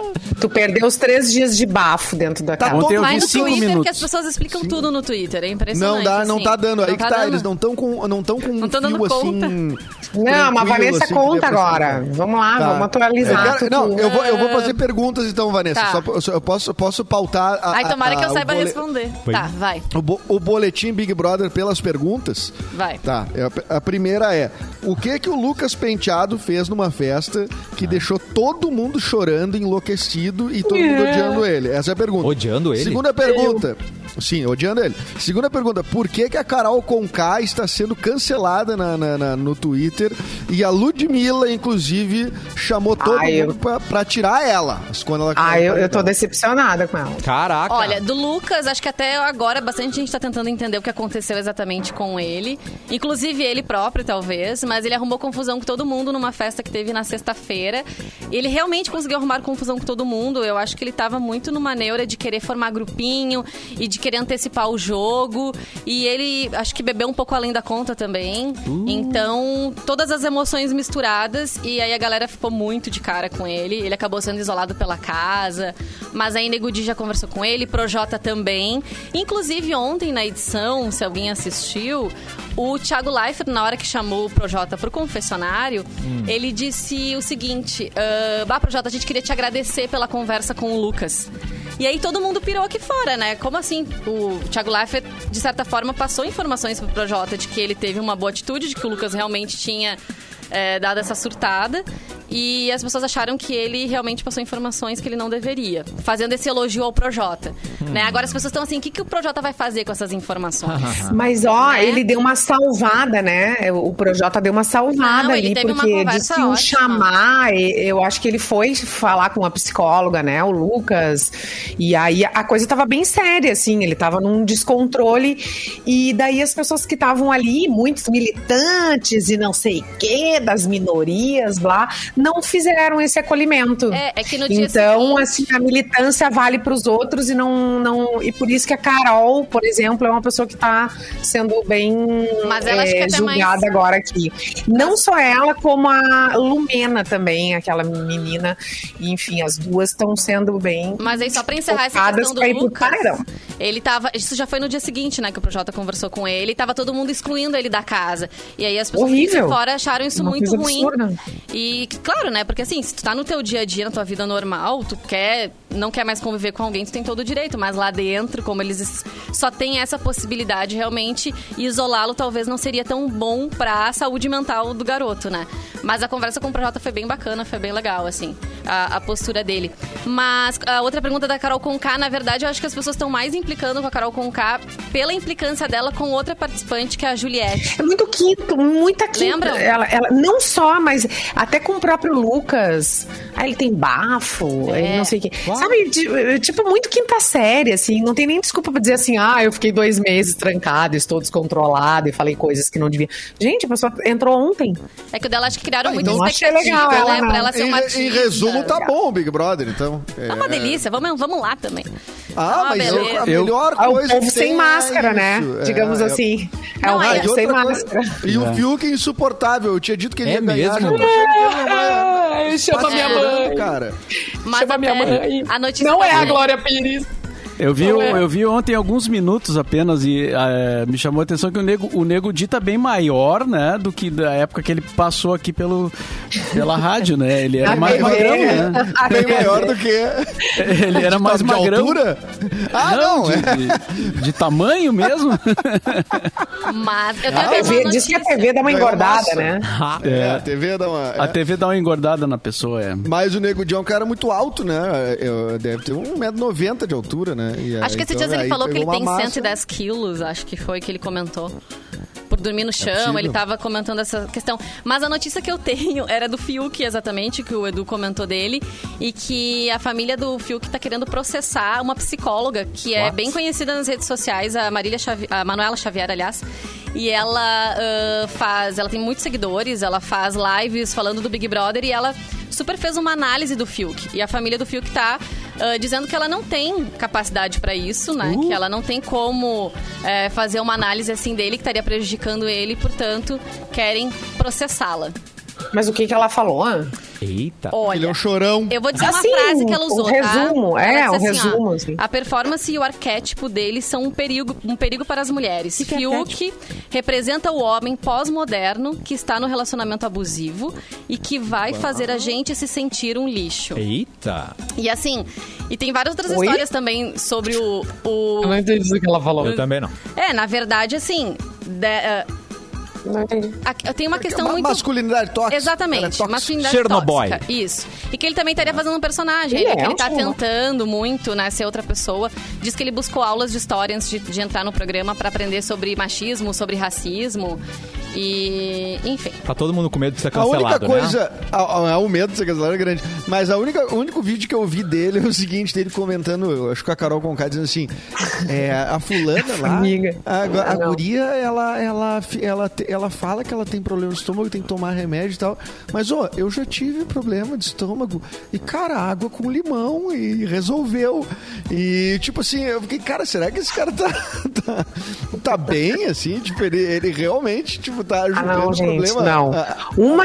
Tu perdeu os 3 dias de bafo dentro da casa. Vai no Twitter, que as pessoas explicam tudo no Twitter. É impressionante. Não tá dando. Aí que tá, eles não estão com um fio assim... Não, mas a Vanessa assim, conta agora. Vamos lá, vamos atualizar. Eu vou fazer perguntas então, Vanessa. Tá. Eu posso pautar... tomara que eu saiba responder. Tá, vai. O boletim Big Brother pelas perguntas. Vai. Tá, a primeira é: o que o Lucas Penteado fez numa festa que deixou todo mundo chorando, enlouquecido e todo mundo odiando ele? Essa é a pergunta. Odiando ele? Segunda pergunta. Sim, odiando ele. Segunda pergunta: por que a Carol Conká está sendo cancelada no Twitter e a Ludmilla, inclusive, chamou todo mundo pra tirar ela? Quando ela eu tô decepcionada com ela. Caraca. Olha, do Lucas, acho que até agora bastante gente tá tentando entender o que aconteceu exatamente com ele. Inclusive ele próprio, talvez. Mas ele arrumou confusão com todo mundo numa festa que teve na sexta-feira. Ele realmente conseguiu arrumar confusão com todo mundo. Eu acho que ele tava muito numa neura de querer formar grupinho e de querer antecipar o jogo. E ele, acho que bebeu um pouco além da conta também. Então, todas as emoções misturadas. E aí a galera ficou muito de cara com ele. Ele acabou sendo isolado pela casa. Mas aí Nego Di já conversou com ele. Projota também. Inclusive, ontem na edição, se alguém assistiu, o Thiago Leifert, na hora que chamou o Projota pro confessionário, ele disse o seguinte: Projota, a gente queria te agradecer pela conversa com o Lucas. E aí todo mundo pirou aqui fora, né? Como assim? O Thiago Leifert, de certa forma, passou informações pro Projota de que ele teve uma boa atitude, de que o Lucas realmente tinha dado essa surtada. E as pessoas acharam que ele realmente passou informações que ele não deveria, fazendo esse elogio ao Projota. Né? Agora as pessoas estão assim: o que o Projota vai fazer com essas informações? Mas, ele deu uma salvada, né? O Projota deu uma salvada ali, porque disse que chamar, eu acho que ele foi falar com uma psicóloga, né? O Lucas. E aí a coisa tava bem séria, assim, ele tava num descontrole. E daí as pessoas que estavam ali, muitos militantes e não sei o quê, das minorias lá, não fizeram esse acolhimento. É que no dia então, assim, a militância vale para os outros e por isso que a Carol, por exemplo, é uma pessoa que está sendo bem julgada agora aqui. Não só ela, como a Lumena também, aquela menina. Enfim, as duas estão sendo bem. Mas aí, só para encerrar essa questão do Lucas, ele tava... Isso já foi no dia seguinte, né, que o Projota conversou com ele. E tava todo mundo excluindo ele da casa. E aí as pessoas de fora acharam isso muito ruim. E claro, né? Porque assim, se tu tá no teu dia a dia, na tua vida normal, tu quer não quer mais conviver com alguém, tu tem todo o direito. Mas lá dentro, como eles só têm essa possibilidade realmente, isolá-lo talvez não seria tão bom pra saúde mental do garoto, né? Mas a conversa com o Projota foi bem bacana, foi bem legal, assim, a postura dele. Mas a outra pergunta da Carol Conká, na verdade, eu acho que as pessoas estão mais implicando com a Carol Conká pela implicância dela com outra participante, que é a Juliette. É muito quinto, muita quinta. Lembram? Ela não só, mas até com o próprio Lucas. Ele tem bafo, ele não sei o quê. Sabe, tipo, muito quinta série, assim. Não tem nem desculpa pra dizer assim, eu fiquei 2 meses trancada, estou descontrolada e falei coisas que não devia. Gente, a pessoa entrou ontem. É que o dela acho que criaram muita então expectativa, legal, né? Pra ela ser uma artista. Em resumo, tá bom o Big Brother, então. É uma delícia, vamos lá também. Mas a melhor coisa o povo sem máscara, né? Digamos assim. É um povo sem máscara. E o Fiuk é insuportável. Eu tinha dito que ele ia ganhar. Chama minha mãe. Cara. Chama minha mãe. A notícia não é a Glória Pires. Eu vi ontem alguns minutos apenas e me chamou a atenção que o Nego Di tá bem maior, né, do que da época que ele passou aqui pela rádio, né? Ele era mais magrão, né? Bem maior do que... Ele era mais magrão. De altura? De tamanho mesmo. Mas eu tenho diz que a TV dá uma engordada, né? A TV dá uma... A TV dá uma engordada na pessoa, Mas o Nego Di é um cara muito alto, né? Deve ter 1,90 m de altura, né? Acho que esses dias ele falou que ele tem 110 quilos, acho que foi que ele comentou. Por dormir no chão, ele tava comentando essa questão. Mas a notícia que eu tenho era do Fiuk, exatamente, que o Edu comentou dele, e que a família do Fiuk tá querendo processar uma psicóloga, que é bem conhecida nas redes sociais, a Manuela Xavier, aliás. E ela ela tem muitos seguidores, ela faz lives falando do Big Brother e ela super fez uma análise do Fiuk. E a família do Fiuk tá dizendo que ela não tem capacidade pra isso, né? Que ela não tem como fazer uma análise assim dele, que estaria prejudicando ele, portanto, querem processá-la. Mas o que ela falou? Eita. Olha, ele é um chorão. Eu vou dizer uma frase que ela usou, resumo, tá? Um resumo. Assim. A performance e o arquétipo dele são um perigo para as mulheres. Fiuk representa o homem pós-moderno que está no relacionamento abusivo e que vai fazer a gente se sentir um lixo. Eita. E assim, e tem várias outras histórias também sobre o... Eu não entendi o que ela falou. Eu também não. Na verdade, assim... Não entendi. Eu tenho uma questão muito... Masculinidade tóxica. Exatamente, masculinidade Chernobyl. tóxica. Isso. E que ele também estaria fazendo um personagem. Ele tá tentando muito, né, ser outra pessoa. Diz que ele buscou aulas de história antes de entrar no programa pra aprender sobre machismo, sobre racismo. E, enfim. Tá todo mundo com medo de ser cancelado, a única coisa, né? O medo de ser cancelado é grande. Mas o único vídeo que eu vi dele é o seguinte, dele comentando, eu acho que a Carol Conká dizendo assim, a fulana lá, amiga. A guria, ela fala que ela tem problema de estômago, tem que tomar remédio e tal. Mas, eu já tive problema de estômago. E, cara, água com limão e resolveu. E, tipo assim, eu fiquei, cara, será que esse cara tá bem, assim? Tipo, ele realmente, tipo, tá ajudando o problema. Não. Uma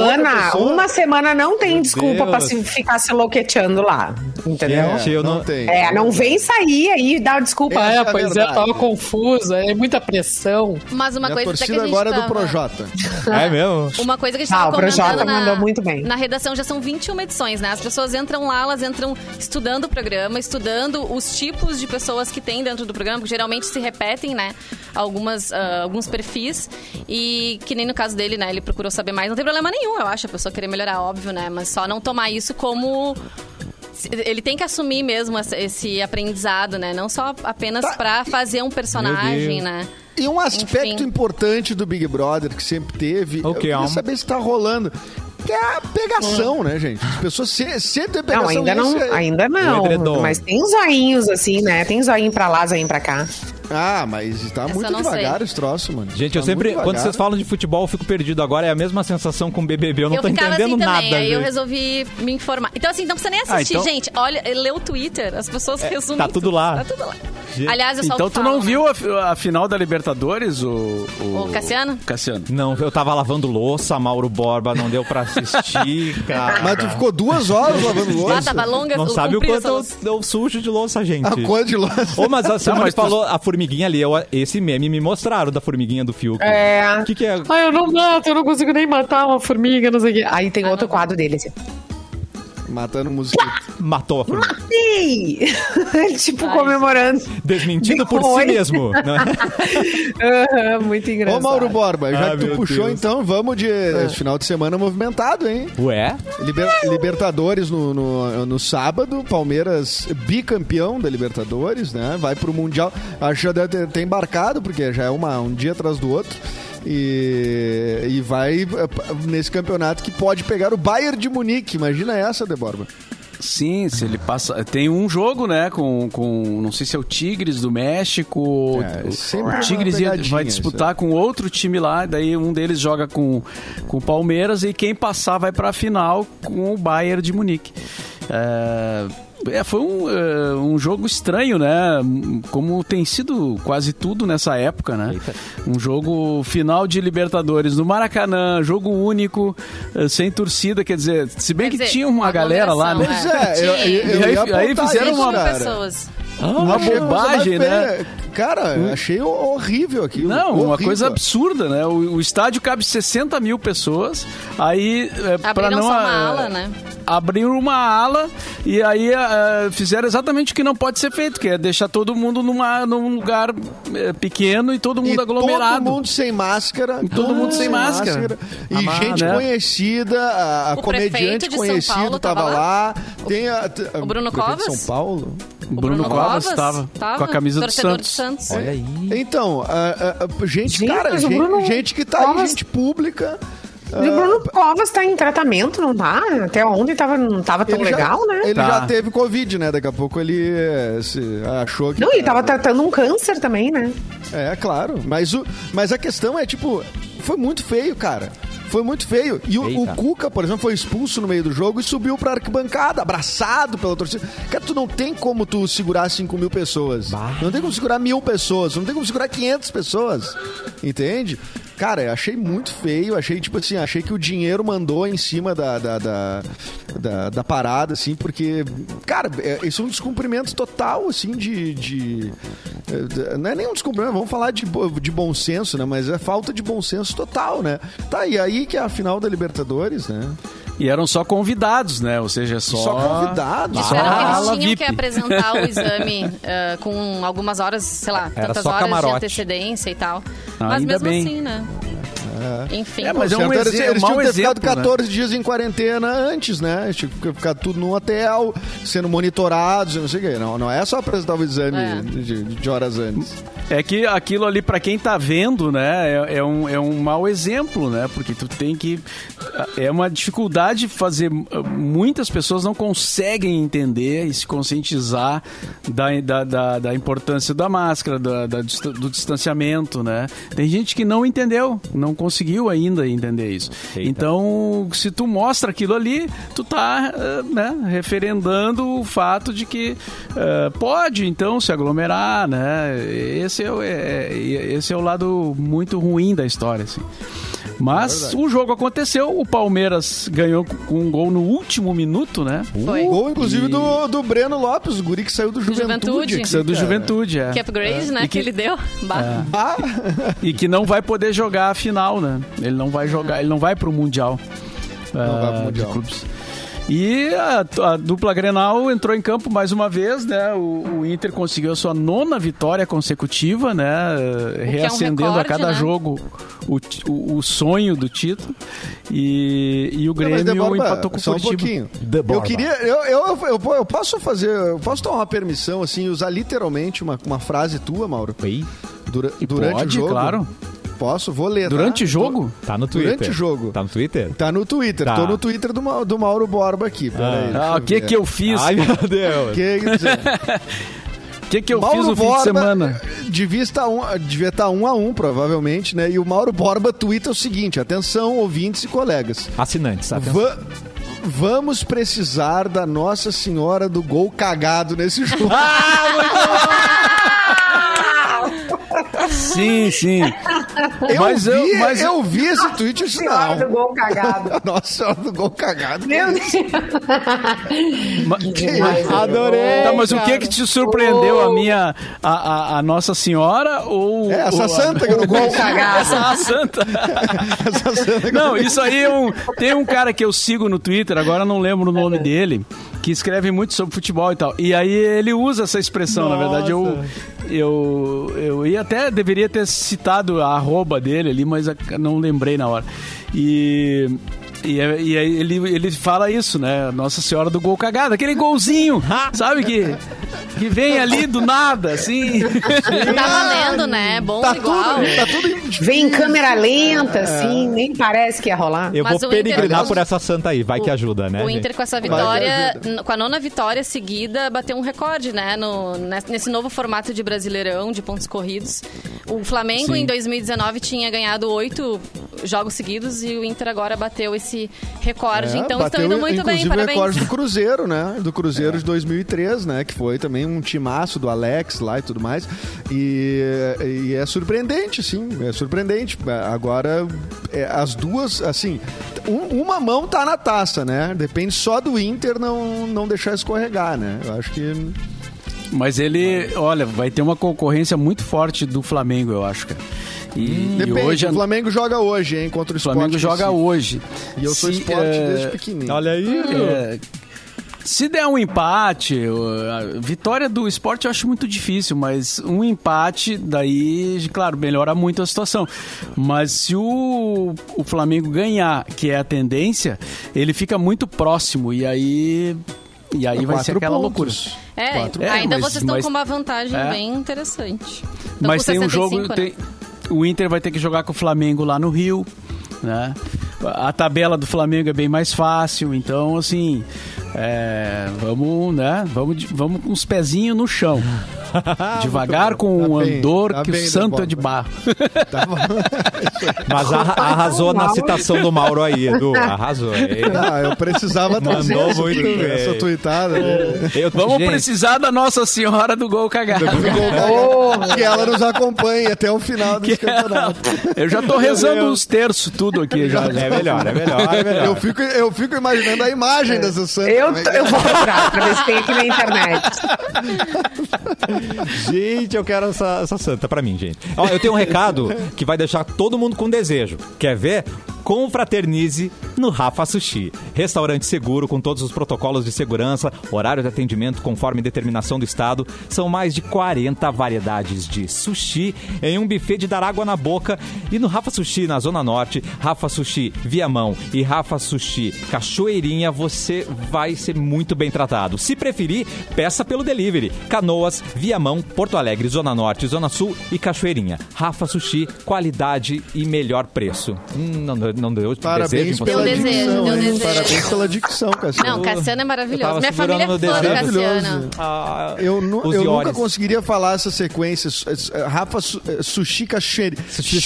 semana não tem desculpa pra ficar se loqueteando lá. Entendeu? Gente, não tem. Não vem sair aí e dar desculpa. Tava confusa, é muita pressão. Mas uma coisa torcida que a gente agora é do Projota. É mesmo? Uma coisa que a gente tava o Projota comentando mandou muito bem. Na redação já são 21 edições, né? As pessoas entram lá, elas entram estudando o programa, estudando os tipos de pessoas que tem dentro do programa, porque geralmente se repetem, né? Alguns perfis. E que nem no caso dele, né? Ele procurou saber mais. Não tem problema nenhum, eu acho. A pessoa querer melhorar, óbvio, né? Mas só não tomar isso como... Ele tem que assumir mesmo esse aprendizado, né? Não só apenas pra fazer um personagem, né? E um aspecto importante do Big Brother que sempre teve, eu queria saber se tá rolando, que é a pegação, né, gente? As pessoas sempre têm pegação. Ainda não. Mas tem zoinhos assim, né? Tem zoinho pra lá, zoinho pra cá. Mas tá muito devagar esse troço, mano. Gente, eu sempre, quando vocês falam de futebol, eu fico perdido. Agora é a mesma sensação com o BBB, eu não tô entendendo assim nada. Também, aí eu resolvi me informar. Então, assim, não precisa nem assistir, gente. Olha, lê o Twitter, as pessoas resumem. Tá tudo lá. Tá tudo lá. Aliás, eu só Então tu não viu a final da Libertadores, o Cassiano? Cassiano. Não, eu tava lavando louça, Mauro Borba, não deu pra assistir, cara. Mas tu ficou 2 horas lavando louça? Tava longa. Não sabe o quanto eu sujo de louça, gente. Quanto de louça? Mas a Simone falou, a formiguinha ali, esse meme me mostraram da formiguinha do Fiuk. O que é? Eu não mato, eu não consigo nem matar uma formiga, não sei o quê. Aí tem outro quadro dele, assim. Matando o mosquito. Matou a formiga. Matei! Tipo, comemorando. Desmentido por si mesmo. Muito engraçado. Ô, Mauro Borba, já que tu puxou, então, vamos de esse final de semana movimentado, hein? Ué? Libertadores no sábado, Palmeiras bicampeão da Libertadores, né? Vai pro Mundial. Acho que já deve ter embarcado, porque já é um dia atrás do outro. E vai nesse campeonato que pode pegar o Bayern de Munique. Imagina essa, De Borba. Sim, se ele passa... Tem um jogo, né, com não sei se é o Tigres do México. O Tigres vai disputar com outro time lá, daí um deles joga com o Palmeiras e quem passar vai pra final com o Bayern de Munique. Foi um jogo estranho, né? Como tem sido quase tudo nessa época, né? Eita. Um jogo final de Libertadores no Maracanã, jogo único, sem torcida, quer dizer, se bem que tinha uma galera lá, né? Aí fizeram uma bobagem, né? Cara, achei horrível aquilo. Não, horrível. Uma coisa absurda, né? O estádio cabe 60 mil pessoas, aí... Abriram só uma ala, né? Abriram uma ala e aí fizeram exatamente o que não pode ser feito, que é deixar todo mundo num lugar pequeno e todo mundo aglomerado. Todo mundo sem máscara. Todo mundo sem máscara. E gente conhecida, a comediante conhecida tava lá. Tem o Bruno Covas? São Paulo? O Bruno Covas estava com a camisa do Santos. Olha aí. Então, gente que tá aí, gente pública. O Bruno Covas tá em tratamento, não tá? Até ontem não tava tão legal, né? Ele já teve Covid, né? Daqui a pouco ele achou que... Não, ele tava tratando um câncer também, né? Claro. Mas a questão é, tipo, foi muito feio, cara. Foi muito feio. E o Cuca, por exemplo, foi expulso no meio do jogo e subiu pra arquibancada, abraçado pela torcida. Cara, tu não tem como tu segurar 5 mil pessoas. Não tem como segurar 1.000 pessoas. Não tem como segurar 500 pessoas. Entende? Cara, eu achei muito feio, achei que o dinheiro mandou em cima da parada, assim, porque, cara, isso é um descumprimento total, assim, não é nem um descumprimento, vamos falar de bom senso, né, mas é falta de bom senso total, né. Tá, e aí que é a final da Libertadores, né. E eram só convidados, né? Ou seja, só convidados. Disseram que eles tinham que apresentar o exame com algumas horas, sei lá, tantas horas de antecedência e tal. Mas ainda mesmo bem. assim, né? Enfim. Mas é um eles tinham que ter ficado 14 né? dias em quarentena antes, né? Tinha que ficar tudo num hotel, sendo monitorados, não sei o quê. Não é só apresentar o exame de horas antes. É que aquilo ali, pra quem tá vendo, né, é um mau exemplo, né? Porque tu tem que... É uma dificuldade fazer... Muitas pessoas não conseguem entender e se conscientizar da importância da máscara, do distanciamento, né? Tem gente que não entendeu, não conseguiu ainda entender isso. Eita. Então, se tu mostra aquilo ali, tu tá referendando o fato de que pode, então, se aglomerar, né? Esse é o lado muito ruim da história, assim. Mas o jogo aconteceu, o Palmeiras ganhou com um gol no último minuto, né? Foi. Gol, inclusive, do Breno Lopes, o guri que saiu do Juventude. Que saiu do Juventude, Que upgrade, né? Que ele deu. E que não vai poder jogar a final, né? Ele não vai jogar, ele não vai pro Mundial. Não vai pro Mundial. De clubes. E a dupla Grenal entrou em campo mais uma vez, né? O Inter conseguiu a sua 9ª vitória consecutiva, né? Reacendendo recorde, a cada jogo o sonho do título. E o Grêmio empatou com o Curitiba. Um pouquinho. Eu queria... Eu posso tomar uma permissão, assim, usar literalmente uma frase tua, Mauro? Durante o jogo? Claro. Posso, vou ler. Durante o jogo? Tá no Twitter. Durante o jogo. Tá no Twitter? Tá no Twitter. Tô no Twitter do Mauro Borba aqui. O que eu fiz? Ai, meu Deus. O que eu Mauro fiz no fim de semana? Devia estar 1-1, provavelmente, né? E o Mauro Borba twitta o seguinte: atenção, ouvintes e colegas. Assinantes, atenção. Vamos precisar da Nossa Senhora do Gol Cagado nesse jogo. Sim. Eu vi esse tweet e disse, não. do gol cagado. Nossa Senhora do gol cagado. Meu Deus. Adorei. Tá, mas o que te surpreendeu? A Nossa Senhora ou... essa santa que eu não gol conheço. cagado. Essa santa. Não, isso aí tem um cara que eu sigo no Twitter, agora eu não lembro o nome dele, que escreve muito sobre futebol e tal. E aí ele usa essa expressão, na verdade. Eu deveria ter citado a arroba dele ali, mas não lembrei na hora. E ele fala isso, né? Nossa Senhora do gol cagado. Aquele golzinho, sabe? Que vem ali do nada, assim. Tá valendo, né? Bom igual. Vem em câmera lenta, assim, nem parece que ia rolar. Eu vou peregrinar por essa santa aí, vai que ajuda, né? O Inter com essa vitória, com a 9ª vitória seguida, bateu um recorde, né? Nesse novo formato de Brasileirão, de pontos corridos. O Flamengo, em 2019, tinha ganhado 8 jogos seguidos e o Inter agora bateu esse recorde. Então estão indo muito bem, parabéns. O recorde do Cruzeiro, né? Do Cruzeiro de 2003, né? Que foi também um timaço do Alex lá e tudo mais. E é surpreendente, sim. É surpreendente. Agora, as duas, assim... Uma mão tá na taça, né? Depende só do Inter não deixar escorregar, né? Eu acho que... Mas olha, vai ter uma concorrência muito forte do Flamengo, eu acho, cara. Depende, hoje, o Flamengo joga hoje, hein, contra o Sport. O Flamengo joga hoje. E eu sou Sport desde pequenininho. Olha aí, se der um empate, a vitória do Sport eu acho muito difícil, mas um empate, daí, claro, melhora muito a situação. Mas se o Flamengo ganhar, que é a tendência, ele fica muito próximo e aí vai ser aquela loucura. Ainda vocês estão com uma vantagem bem interessante. Mas tem um jogo... O Inter vai ter que jogar com o Flamengo lá no Rio, né? A tabela do Flamengo é bem mais fácil, então, assim... Vamos com os pezinhos no chão. Devagar com o andor que o santo é de barro. Mas arrasou na citação do Mauro aí, Edu. Arrasou. Eu precisava trazer essa tuitada. Vamos precisar da Nossa Senhora do gol cagado. Que ela nos acompanhe até o final desse campeonato. Eu já tô rezando os terços, tudo aqui. Já. É melhor. Eu fico imaginando a imagem dessa santa. Eu vou procurar pra ver se tem aqui na internet. Gente, eu quero essa santa pra mim, gente. Ó, eu tenho um recado que vai deixar todo mundo com desejo. Quer ver? Confraternize no Rafa Sushi. Restaurante seguro com todos os protocolos de segurança, horário de atendimento conforme determinação do estado. São mais de 40 variedades de sushi em um buffet de dar água na boca. E no Rafa Sushi, na Zona Norte, Rafa Sushi Viamão e Rafa Sushi Cachoeirinha, você vai ser muito bem tratado. Se preferir, peça pelo delivery. Canoas, Viamão, Porto Alegre, Zona Norte, Zona Sul e Cachoeirinha. Rafa Sushi, qualidade e melhor preço. Não deu parabéns desejo. Pela dicção. Parabéns pela dicção, Cassiano. Não, Cassiano é maravilhoso. Minha família é fã do Cassiano. Eu nunca conseguiria falar essa sequência. Rafa Sushi Cachoeirinha.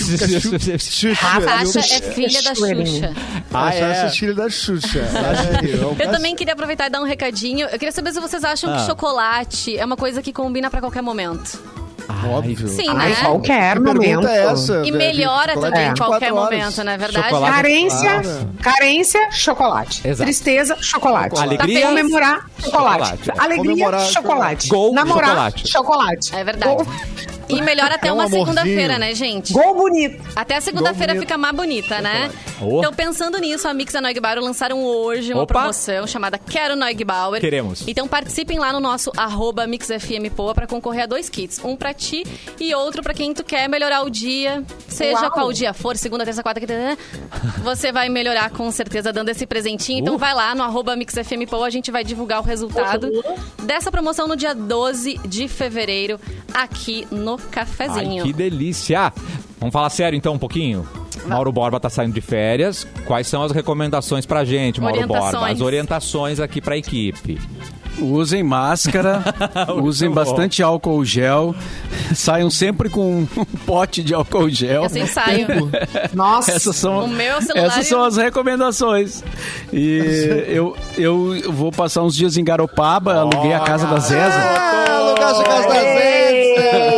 Rafa Acha é filha da Xuxa. É filha da Xuxa. Eu também queria aproveitar e dar um recadinho. Eu queria saber se vocês acham que chocolate é uma coisa que combina pra qualquer momento. Óbvio. Sim, né? Qualquer momento. É essa, e melhora também em qualquer momento, não é verdade? Carência, chocolate. Exato. Tristeza, chocolate. Alegria, comemorar, chocolate. Alegria, chocolate. Gol, namorar, chocolate. É verdade. Gol. E melhor até uma segunda-feira, né, gente? Gol bonito. Até a segunda-feira fica mais bonita, né? Então, pensando nisso, a Mix e a Neugbauer lançaram hoje uma promoção chamada Quero Neugbauer. Queremos. Então, participem lá no nosso @MixFMPoa pra concorrer a 2 kits. Um pra ti e outro pra quem tu quer melhorar o dia. Seja qual dia for, segunda, terça, quarta, quinta... Você vai melhorar com certeza dando esse presentinho. Então, vai lá no @MixFMPoa. A gente vai divulgar o resultado dessa promoção no dia 12 de fevereiro aqui no Cafezinho. Ai, que delícia! Vamos falar sério então um pouquinho? Mauro Borba tá saindo de férias. Quais são as recomendações pra gente, Mauro Borba? As orientações aqui pra equipe. Usem máscara, usem bastante álcool gel, saiam sempre com um pote de álcool gel. Eu sempre saio. Nossa, essas são, o meu celular essas são as recomendações. E eu vou passar uns dias em Garopaba, aluguei a casa da Zeza. Alugaste a casa da Zeza!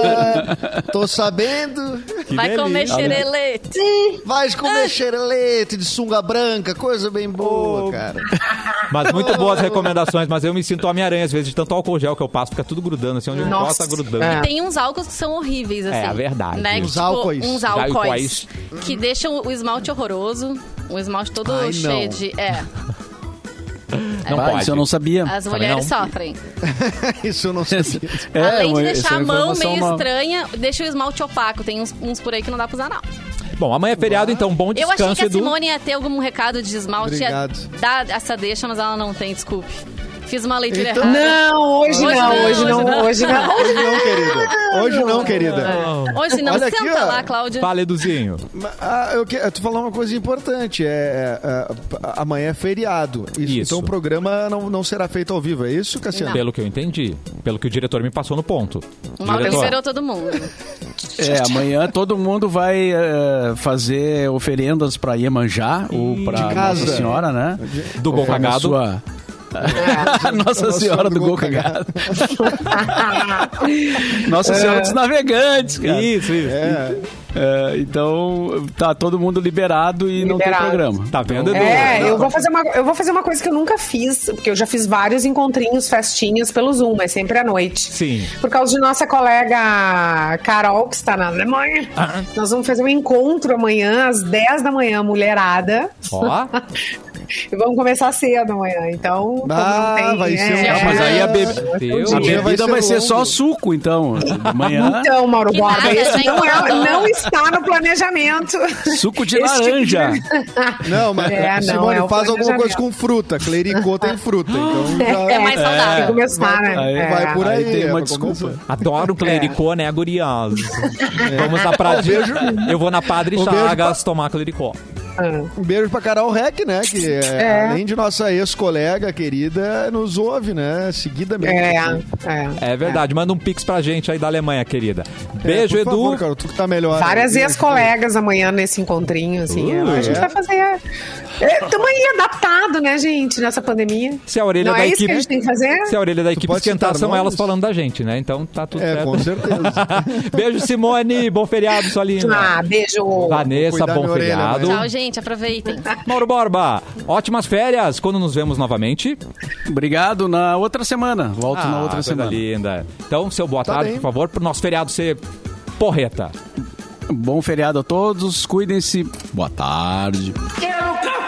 Tô sabendo. Vai comer xerelete. Vai comer xerelete de sunga branca, coisa bem boa, cara. Mas muito boas recomendações, mas eu me sinto Homem-Aranha às vezes, de tanto álcool gel que eu passo, fica tudo grudando, assim, onde eu posso tá grudando. E tem uns álcools que são horríveis, assim. É verdade. Né? Uns álcoois. Uns álcoois que deixam o esmalte horroroso, o esmalte todo cheio de... Não pode. Isso eu não sabia. As mulheres sofrem. Isso eu não sabia. Além de deixar a mão meio estranha, deixa o esmalte opaco. Tem uns por aí que não dá pra usar, não. Bom, amanhã é feriado, então bom descanso. Eu achei que a Simone ia ter algum recado de esmalte. Obrigado. Ia dar essa deixa, mas ela não tem, desculpe. Fiz uma leitura Então, errada. Não, hoje não. Hoje não, querida. Hoje não. Olha Senta aqui, lá, Cláudia. Fala, Eduzinho. Eu tô falando uma coisa importante. Amanhã é feriado. Isso. Então o programa não será feito ao vivo. É isso, Cassiano? Pelo que eu entendi. Pelo que o diretor me passou no ponto. O Mauro liberou todo mundo. Amanhã todo mundo vai fazer oferendas pra Iemanjá ou pra Nossa Senhora, né? Do Gol Cagado. Nossa Senhora do Gol Cagado. Nossa Senhora dos Navegantes, cara. Isso. Então, tá todo mundo liberado e não tem programa. Tá vendo, Edu? Eu vou fazer uma coisa que eu nunca fiz, porque eu já fiz vários encontrinhos, festinhas pelo Zoom, mas sempre à noite. Sim. Por causa de nossa colega Carol, que está na Alemanha. Nós vamos fazer um encontro amanhã, às 10 da manhã, mulherada. Ó. E vamos começar cedo amanhã, então... vai ser mas aí a bebida vai ser só suco, então, de manhã. Então, Mauro Borba, nada, isso gente. não está no planejamento. Suco de laranja. Não, mas Simone, faz alguma coisa com fruta. Clericô tem fruta, então já... É mais saudável. Tem que começar, né? Vai por aí. Tem uma desculpa. Adoro clericô, né, gurias? Vamos na Pradinha. Eu vou na Padre Chagas tomar clericô. Um beijo pra Carol Reck, né? Que além de nossa ex-colega querida, nos ouve, né? Seguidamente. É verdade. Manda um pix pra gente aí da Alemanha, querida. Beijo, por Edu. favor, Carol, tu que tá melhor. Várias ex-colegas amanhã nesse encontrinho, assim. A gente vai fazer... Estamos aí adaptado, né, gente, nessa pandemia. Se a orelha Não da é isso equipe, que a gente tem que fazer? se a orelha da equipe esquentar, são elas nomes? falando da gente, né? Então tá tudo certo. Com certeza. Beijo, Simone. Bom feriado, sua linda. Beijo. Vanessa, bom feriado. Tchau, gente. Aproveitem. Mauro Borba, ótimas férias. Quando nos vemos novamente? Obrigado. Na outra semana. Volto na outra coisa semana. linda. Então, seu boa tarde, bem. por favor, pro nosso feriado ser porreta. Bom feriado a todos. Cuidem-se. Boa tarde. Quero